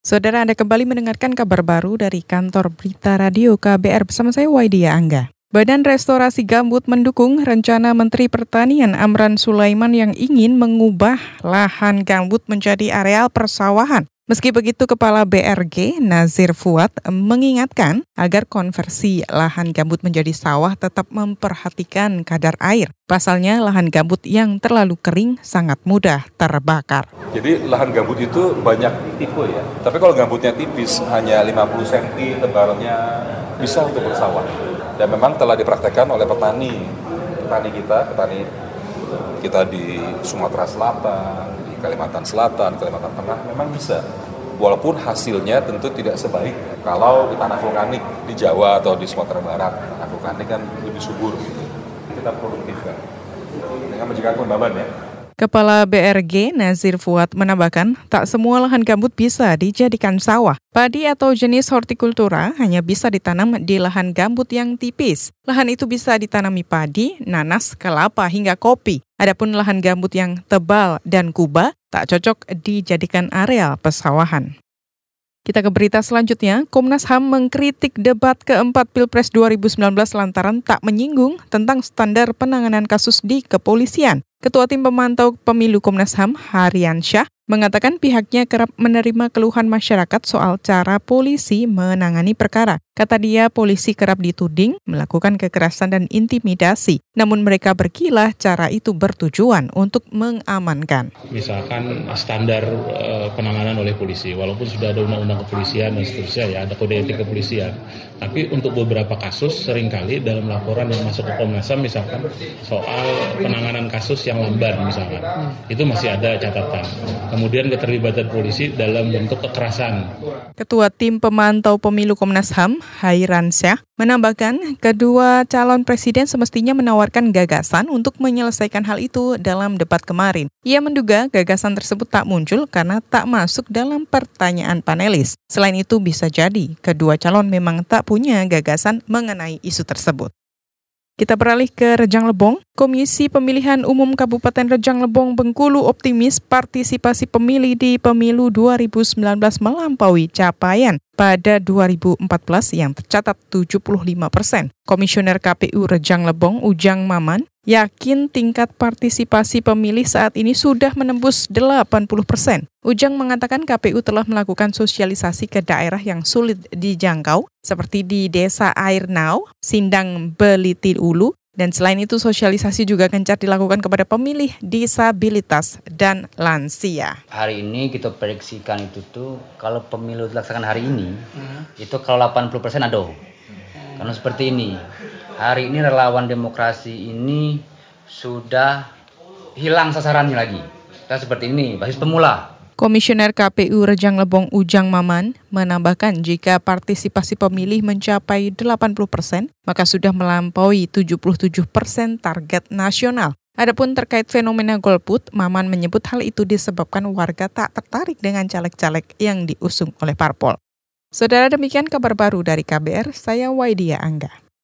Saudara, Anda kembali mendengarkan kabar baru dari kantor Berita Radio KBR bersama saya Waidia Angga. Badan Restorasi Gambut mendukung rencana Menteri Pertanian Amran Sulaiman yang ingin mengubah lahan gambut menjadi areal persawahan. Meski begitu, Kepala BRG Nazir Fuad mengingatkan agar konversi lahan gambut menjadi sawah tetap memperhatikan kadar air. Pasalnya, lahan gambut yang terlalu kering sangat mudah terbakar. Jadi lahan gambut itu banyak tipe ya. Tapi kalau gambutnya tipis, hanya 50 cm tebalnya, bisa untuk bersawah. Dan memang telah dipraktekkan oleh petani kita di Sumatera Selatan, di Kalimantan Selatan, Kalimantan Tengah, memang bisa. Walaupun hasilnya tentu tidak sebaik kalau di tanah vulkanik di Jawa atau di Sumatera Barat. Tanah vulkanik kan lebih subur gitu. Kita produktifkan dengan menjaga kelembaban ya. Kepala BRG Nazir Fuad menambahkan, tak semua lahan gambut bisa dijadikan sawah. Padi atau jenis hortikultura hanya bisa ditanam di lahan gambut yang tipis. Lahan itu bisa ditanami padi, nanas, kelapa hingga kopi. Adapun lahan gambut yang tebal dan kuba tak cocok dijadikan areal pesawahan. Kita ke berita selanjutnya, Komnas HAM mengkritik debat keempat Pilpres 2019 lantaran tak menyinggung tentang standar penanganan kasus di kepolisian. Ketua Tim Pemantau Pemilu Komnas HAM, Hariansyah, mengatakan pihaknya kerap menerima keluhan masyarakat soal cara polisi menangani perkara. Kata dia, polisi kerap dituding melakukan kekerasan dan intimidasi. Namun mereka berkilah cara itu bertujuan untuk mengamankan. Misalkan standar penanganan oleh polisi, walaupun sudah ada undang-undang kepolisian dan seterusnya ya, ada kode etik kepolisian. Tapi untuk beberapa kasus seringkali dalam laporan yang masuk ke Komnas HAM misalkan soal penanganan kasus yang lamban misalkan, itu masih ada catatan. Kemudian keterlibatan polisi dalam bentuk kekerasan. Ketua Tim Pemantau Pemilu Komnas HAM, Hariansyah, menambahkan kedua calon presiden semestinya menawarkan gagasan untuk menyelesaikan hal itu dalam debat kemarin. Ia menduga gagasan tersebut tak muncul karena tak masuk dalam pertanyaan panelis. Selain itu bisa jadi kedua calon memang tak punya gagasan mengenai isu tersebut. Kita beralih ke Rejang Lebong. Komisi Pemilihan Umum Kabupaten Rejang Lebong Bengkulu optimis partisipasi pemilih di pemilu 2019 melampaui capaian pada 2014 yang tercatat 75%. Komisioner KPU Rejang Lebong Ujang Maman yakin tingkat partisipasi pemilih saat ini sudah menembus 80%. Ujang mengatakan KPU telah melakukan sosialisasi ke daerah yang sulit dijangkau, seperti di Desa Air Nau, Sindang Beliti Ulu, dan selain itu sosialisasi juga gencar dilakukan kepada pemilih disabilitas dan lansia. Hari ini kita prediksikan itu tuh kalau pemilu dilaksanakan hari ini, itu kalau 80% ada. Karena seperti ini, hari ini relawan demokrasi ini sudah hilang sasarannya lagi. Dan seperti ini, basis pemula. Komisioner KPU Rejang Lebong Ujang Maman menambahkan jika partisipasi pemilih mencapai 80%, maka sudah melampaui 77% target nasional. Adapun terkait fenomena golput, Maman menyebut hal itu disebabkan warga tak tertarik dengan caleg-caleg yang diusung oleh parpol. Saudara, demikian kabar baru dari KBR, saya Waidia Angga.